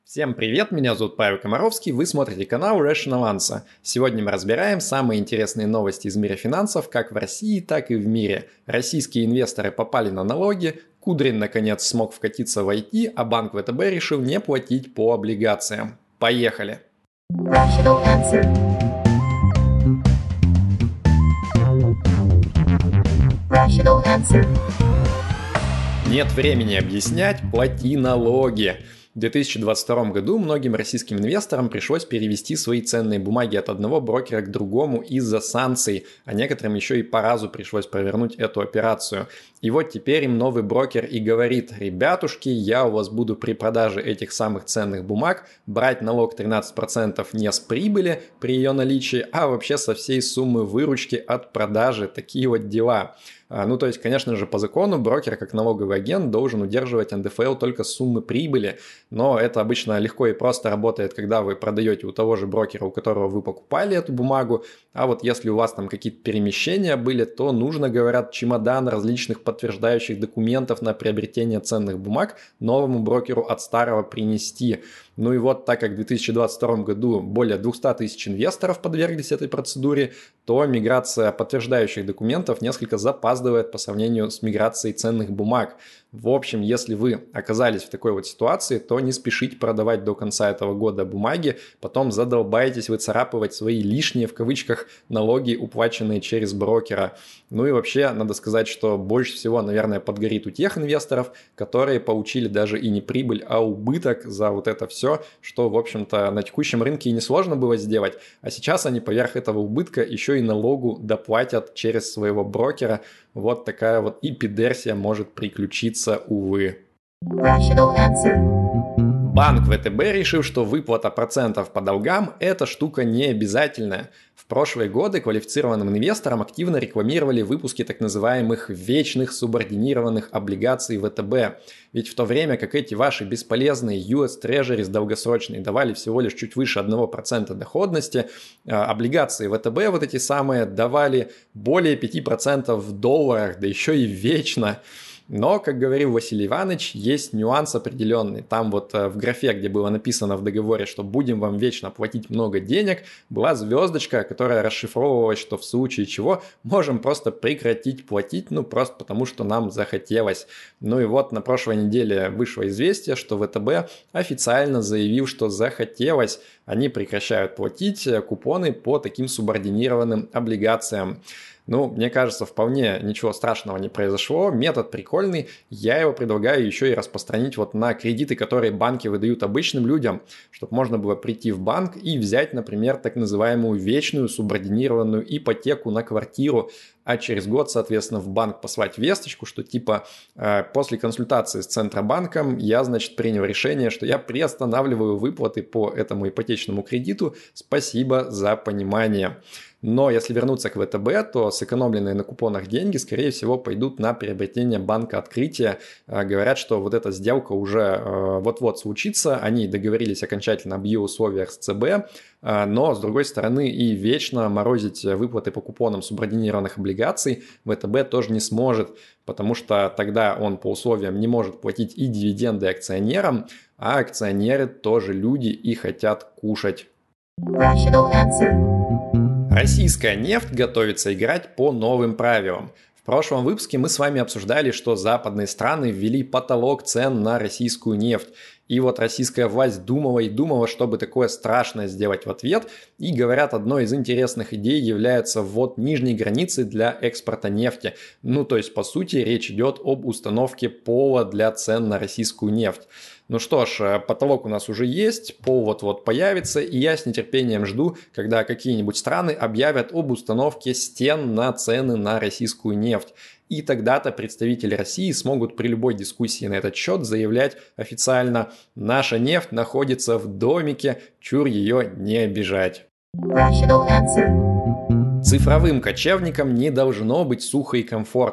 Всем привет, меня зовут Павел Комаровский, вы смотрите канал Rational Answer. Сегодня мы разбираем самые интересные новости из мира финансов как в России, так и в мире. Российские инвесторы попали на налоги, Кудрин наконец смог вкатиться в IT, а банк ВТБ решил не платить по облигациям. Поехали! Rational Answer. Rational Answer. Нет времени объяснять, плати налоги. В 2022 году многим российским инвесторам пришлось перевести свои ценные бумаги от одного брокера к другому из-за санкций, а некоторым еще и по разу пришлось провернуть эту операцию. И вот теперь им новый брокер и говорит: ребятушки, я у вас буду при продаже этих самых ценных бумаг брать налог 13% не с прибыли при ее наличии, а вообще со всей суммы выручки от продажи. Такие вот дела. То есть, конечно же, по закону брокер, как налоговый агент, должен удерживать НДФЛ только с суммы прибыли, но это обычно легко и просто работает, когда вы продаете у того же брокера, у которого вы покупали эту бумагу, а вот если у вас там какие-то перемещения были, то нужно, говорят, чемодан различных подтверждающих документов на приобретение ценных бумаг новому брокеру от старого принести. Ну и вот, так как в 2022 году более 200 тысяч инвесторов подверглись этой процедуре, то миграция подтверждающих документов несколько запаздывает по сравнению с миграцией ценных бумаг. В общем, если вы оказались в такой вот ситуации, то не спешите продавать до конца этого года бумаги, потом задолбаетесь выцарапывать свои лишние, в кавычках, налоги, уплаченные через брокера. Ну и вообще, надо сказать, что больше всего, наверное, подгорит у тех инвесторов, которые получили даже и не прибыль, а убыток за вот это все, что, в общем-то, на текущем рынке и несложно было сделать, а сейчас они поверх этого убытка еще и налогу доплатят через своего брокера. Вот такая вот эпидерсия может приключиться, увы. Банк ВТБ решил, что выплата процентов по долгам – эта штука не обязательная. В прошлые годы квалифицированным инвесторам активно рекламировали выпуски так называемых вечных субординированных облигаций ВТБ. Ведь в то время как эти ваши бесполезные US Treasuries долгосрочные давали всего лишь чуть выше 1% доходности, облигации ВТБ вот эти самые давали более 5% в долларах, да еще и вечно. Но, как говорил Василий Иванович, есть нюанс определенный. Там вот в графе, где было написано в договоре, что будем вам вечно платить много денег, была звездочка, которая расшифровывалась, что в случае чего можем просто прекратить платить, просто потому что нам захотелось. Ну и вот на прошлой неделе вышло известие, что ВТБ официально заявил, что захотелось. Они прекращают платить купоны по таким субординированным облигациям. Мне кажется, вполне ничего страшного не произошло. Метод прикольный. Я его предлагаю еще и распространить вот на кредиты, которые банки выдают обычным людям, чтобы можно было прийти в банк и взять, например, так называемую вечную субординированную ипотеку на квартиру, а через год, соответственно, в банк послать весточку, что типа после консультации с Центробанком я, принял решение, что я приостанавливаю выплаты по этому ипотечному кредиту. Спасибо за понимание. Но если вернуться к ВТБ, то сэкономленные на купонах деньги, скорее всего, пойдут на приобретение банка открытия. Говорят, что вот эта сделка уже вот-вот случится. Они договорились окончательно об ее условиях с ЦБ. Но, с другой стороны, и вечно морозить выплаты по купонам субординированных облигаций ВТБ тоже не сможет, потому что тогда он по условиям не может платить и дивиденды акционерам, а акционеры тоже люди и хотят кушать. Российская нефть готовится играть по новым правилам. В прошлом выпуске мы с вами обсуждали, что западные страны ввели потолок цен на российскую нефть. И вот российская власть думала и думала, чтобы такое страшное сделать в ответ. И, говорят, одной из интересных идей является ввод нижней границы для экспорта нефти. То есть, по сути, речь идет об установке пола для цен на российскую нефть. Что ж, потолок у нас уже есть, пол вот-вот появится, и я с нетерпением жду, когда какие-нибудь страны объявят об установке стен на цены на российскую нефть. И тогда-то представители России смогут при любой дискуссии на этот счет заявлять официально: наша нефть находится в домике, чур ее не обижать. Цифровым кочевникам не должно быть сухо и комфортно.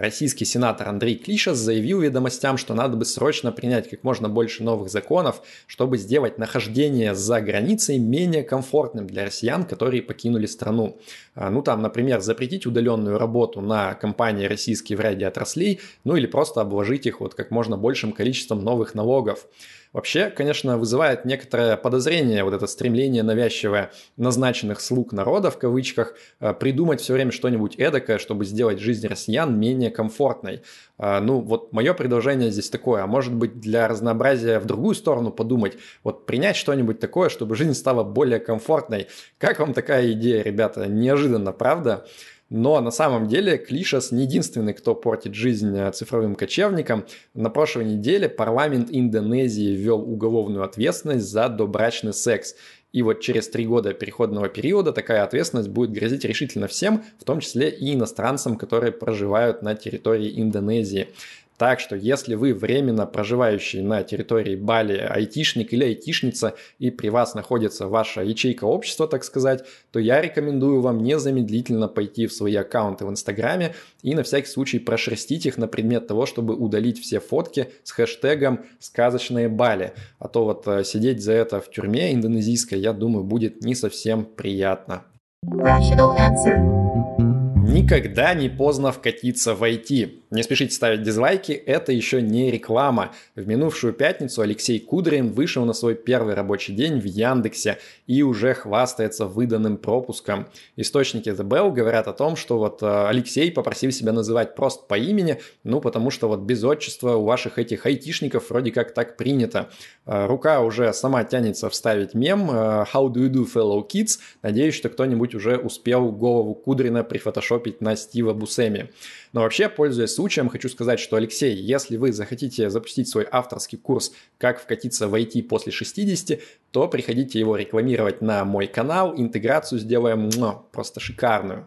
Российский сенатор Андрей Клишес заявил «Ведомостям», что надо бы срочно принять как можно больше новых законов, чтобы сделать нахождение за границей менее комфортным для россиян, которые покинули страну. Там, например, запретить удаленную работу на компании российские в ряде отраслей, или просто обложить их как можно большим количеством новых налогов. Вообще, конечно, вызывает некоторое подозрение это стремление навязчивое назначенных слуг народа, в кавычках, придумать все время что-нибудь эдакое, чтобы сделать жизнь россиян менее комфортной. Мое предложение здесь такое, а может быть для разнообразия в другую сторону подумать, принять что-нибудь такое, чтобы жизнь стала более комфортной. Как вам такая идея, ребята? Неожиданно, правда? Но на самом деле Клишес не единственный, кто портит жизнь цифровым кочевникам. На прошлой неделе парламент Индонезии ввел уголовную ответственность за добрачный секс. И через 3 года переходного периода такая ответственность будет грозить решительно всем, в том числе и иностранцам, которые проживают на территории Индонезии. Так что, если вы временно проживающий на территории Бали айтишник или айтишница, и при вас находится ваша ячейка общества, так сказать, то я рекомендую вам незамедлительно пойти в свои аккаунты в Инстаграме и на всякий случай прошерстить их на предмет того, чтобы удалить все фотки с хэштегом «сказочные Бали». А то сидеть за это в тюрьме индонезийской, я думаю, будет не совсем приятно. Никогда не поздно вкатиться в IT. Не спешите ставить дизлайки, это еще не реклама. В минувшую пятницу Алексей Кудрин вышел на свой первый рабочий день в Яндексе и уже хвастается выданным пропуском. Источники The Bell говорят о том, что Алексей попросил себя называть просто по имени, потому что без отчества у ваших этих айтишников вроде как так принято. Рука уже сама тянется вставить мем «How do you do, fellow kids?». Надеюсь, что кто-нибудь уже успел голову Кудрина прифотошопить на Стива Бусеми. Но вообще, пользуясь случаем, хочу сказать, что, Алексей, если вы захотите запустить свой авторский курс «Как вкатиться в IT после 60», то приходите его рекламировать на мой канал, интеграцию сделаем просто шикарную.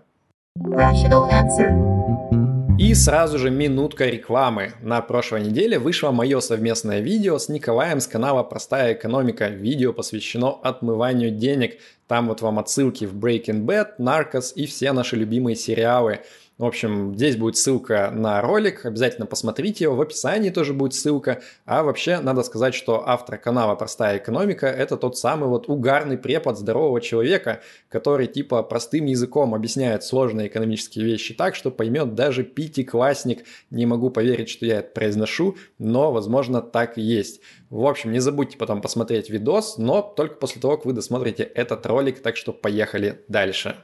И сразу же минутка рекламы. На прошлой неделе вышло мое совместное видео с Николаем с канала «Простая экономика». Видео посвящено отмыванию денег. Там вам отсылки в Breaking Bad, Narcos и все наши любимые сериалы. В общем, здесь будет ссылка на ролик, обязательно посмотрите его, в описании тоже будет ссылка. А вообще, надо сказать, что автор канала «Простая экономика» — это тот самый угарный препод здорового человека, который простым языком объясняет сложные экономические вещи так, что поймет даже пятиклассник. Не могу поверить, что я это произношу, но, возможно, так и есть. В общем, не забудьте потом посмотреть видос, но только после того, как вы досмотрите этот ролик, так что поехали дальше.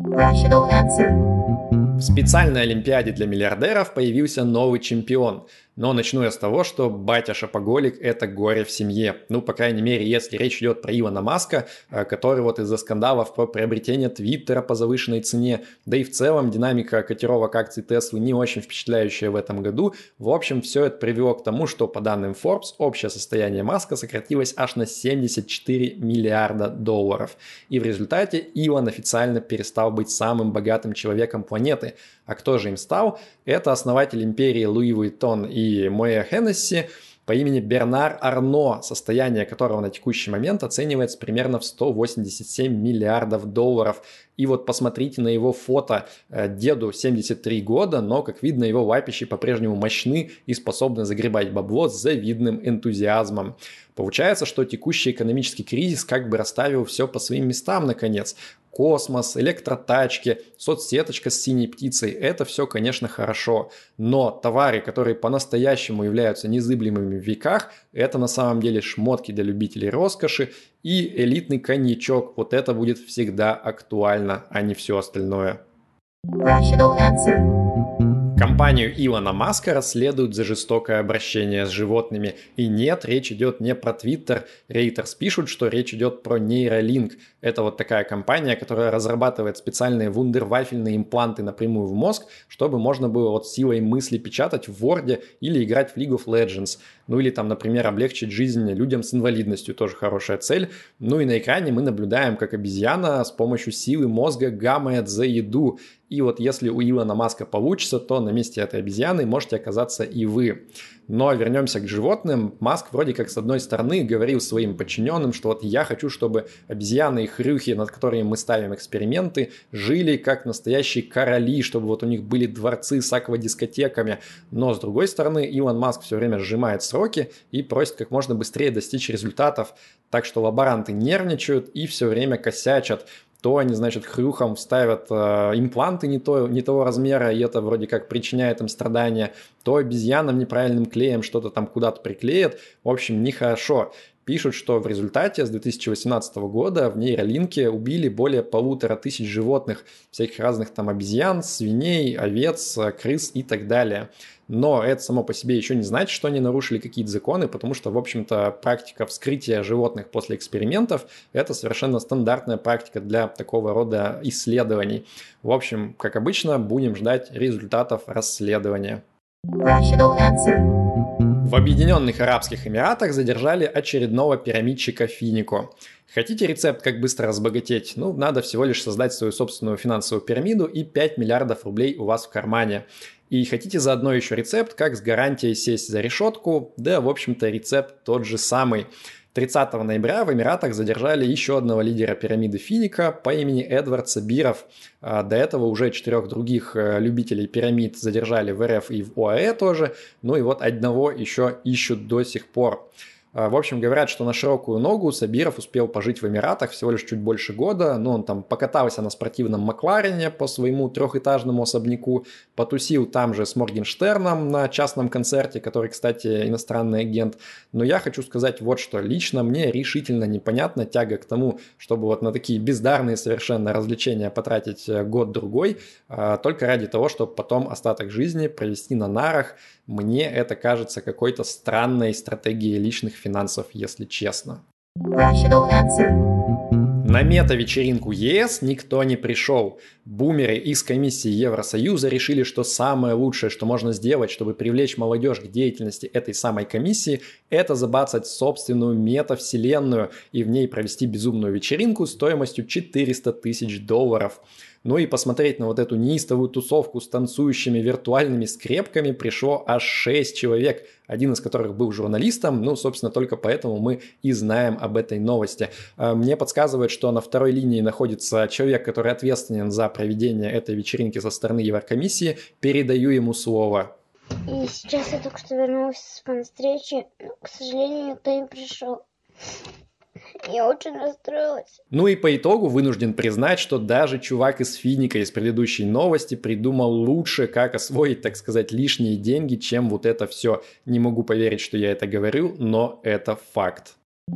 В специальной олимпиаде для миллиардеров появился новый чемпион. Но начну я с того, что батя-шопоголик – это горе в семье. По крайней мере, если речь идет про Илона Маска, который из-за скандалов про приобретение Твиттера по завышенной цене, да и в целом динамика котировок акций Теслы не очень впечатляющая в этом году. В общем, все это привело к тому, что по данным Forbes, общее состояние Маска сократилось аж на 74 миллиарда долларов. И в результате Илон официально перестал быть самым богатым человеком планеты. А кто же им стал? Это основатель империи Луи Vuitton и Моэ Хеннесси по имени Бернар Арно, состояние которого на текущий момент оценивается примерно в 187 миллиардов долларов. И посмотрите на его фото. Деду 73 года, но, как видно, его лапищи по-прежнему мощны и способны загребать бабло с завидным энтузиазмом. Получается, что текущий экономический кризис расставил все по своим местам наконец. Космос, электротачки, соцсеточка с синей птицей – это все, конечно, хорошо. Но товары, которые по-настоящему являются незыблемыми в веках, это на самом деле шмотки для любителей роскоши и элитный коньячок. Это будет всегда актуально, а не все остальное. Компанию Илона Маска расследуют за жестокое обращение с животными. И нет, речь идет не про Twitter. Reuters пишут, что речь идет про Neuralink. Это такая компания, которая разрабатывает специальные вундервафельные импланты напрямую в мозг, чтобы можно было силой мысли печатать в Word или играть в League of Legends. Или например, облегчить жизнь людям с инвалидностью, тоже хорошая цель. И на экране мы наблюдаем, как обезьяна с помощью силы мозга гамает за еду. И вот если у Илона Маска получится, то на месте этой обезьяны можете оказаться и вы. Но вернемся к животным. Маск вроде как с одной стороны говорил своим подчиненным, что вот я хочу, чтобы обезьяны и хрюхи, над которыми мы ставим эксперименты, жили как настоящие короли, чтобы вот у них были дворцы с аквадискотеками. Но с другой стороны, Илон Маск все время сжимает сроки и просит как можно быстрее достичь результатов. Так что лаборанты нервничают и все время косячат. То они, значит, хрюхам вставят импланты не того размера, и это вроде как причиняет им страдания, то обезьянам неправильным клеем что-то там куда-то приклеят. В общем, нехорошо. Пишут, что в результате с 2018 года в нейролинке убили более 1500 животных, всяких разных там обезьян, свиней, овец, крыс и так далее. Но это само по себе еще не значит, что они нарушили какие-то законы, потому что, в общем-то, практика вскрытия животных после экспериментов – это совершенно стандартная практика для такого рода исследований. В общем, как обычно, будем ждать результатов расследования. В Объединенных Арабских Эмиратах задержали очередного пирамидчика Финику. Хотите рецепт, как быстро разбогатеть? Ну, надо всего лишь создать свою собственную финансовую пирамиду и 5 миллиардов рублей у вас в кармане. И хотите заодно еще рецепт, как с гарантией сесть за решетку? Да, в общем-то, рецепт тот же самый. 30 ноября в Эмиратах задержали еще одного лидера пирамиды Финика по имени Эдвард Сабиров. До этого уже 4 других любителей пирамид задержали в РФ и в ОАЭ тоже. Ну и вот одного еще ищут до сих пор. В общем, говорят, что на широкую ногу Сабиров успел пожить в Эмиратах всего лишь чуть больше года. Ну, он там покатался на спортивном Макларене по своему трехэтажному особняку, потусил там же с Моргенштерном на частном концерте, который, кстати, иностранный агент. Но я хочу сказать вот что. Лично мне решительно непонятна тяга к тому, чтобы вот на такие бездарные совершенно развлечения потратить год-другой, только ради того, чтобы потом остаток жизни провести на нарах. Мне это кажется какой-то странной стратегией личных финансов, если честно. На мета-вечеринку ЕС никто не пришел. Бумеры из комиссии Евросоюза решили, что самое лучшее, что можно сделать, чтобы привлечь молодежь к деятельности этой самой комиссии, это забацать собственную мета-вселенную и в ней провести безумную вечеринку стоимостью $400 тысяч. Ну и посмотреть на вот эту неистовую тусовку с танцующими виртуальными скрепками пришло аж 6 человек, один из которых был журналистом, ну, собственно, только поэтому мы и знаем об этой новости. Мне подсказывают, что на второй линии находится человек, который ответственен за проведение этой вечеринки со стороны Еврокомиссии. Передаю ему слово. И сейчас я только что вернулась с фан-встречи, но, к сожалению, никто не пришел. Я очень расстроилась. Ну и по итогу вынужден признать, что даже чувак из Финика из предыдущей новости придумал лучше, как освоить, так сказать, лишние деньги, чем вот это все. Не могу поверить, что я это говорю, но это факт.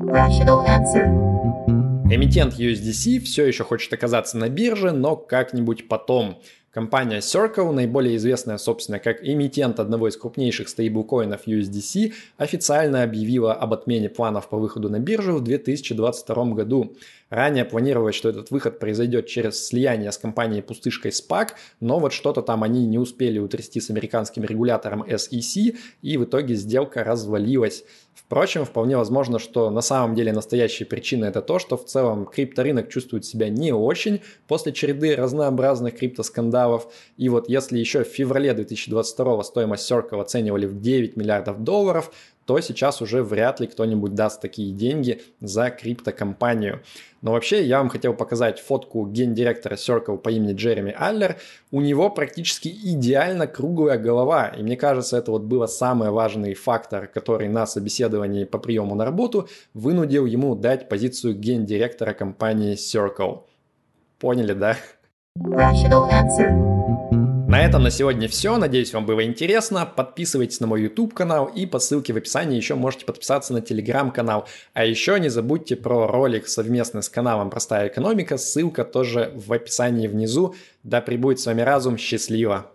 Эмитент USDC все еще хочет оказаться на бирже, но как-нибудь потом. Компания Circle, наиболее известная, собственно, как эмитент одного из крупнейших стейблкоинов USDC, официально объявила об отмене планов по выходу на биржу в 2022 году. Ранее планировалось, что этот выход произойдет через слияние с компанией-пустышкой SPAC, но вот что-то там они не успели утрясти с американским регулятором SEC, и в итоге сделка развалилась. Впрочем, вполне возможно, что на самом деле настоящая причина это то, что в целом крипторынок чувствует себя не очень после череды разнообразных криптоскандалов. И вот если еще в феврале 2022 стоимость Circle оценивали в $9 миллиардов, то сейчас уже вряд ли кто-нибудь даст такие деньги за криптокомпанию. Но вообще я вам хотел показать фотку гендиректора Circle по имени Джереми Аллер. У него практически идеально круглая голова. И мне кажется, это вот был самый важный фактор, который на собеседовании по приему на работу вынудил ему дать позицию гендиректора компании Circle. Поняли, да? На этом на сегодня все. Надеюсь, вам было интересно. Подписывайтесь на мой YouTube-канал и по ссылке в описании еще можете подписаться на Telegram-канал. А еще не забудьте про ролик совместно с каналом «Простая экономика». Ссылка тоже в описании внизу. Да пребудет с вами разум. Счастливо!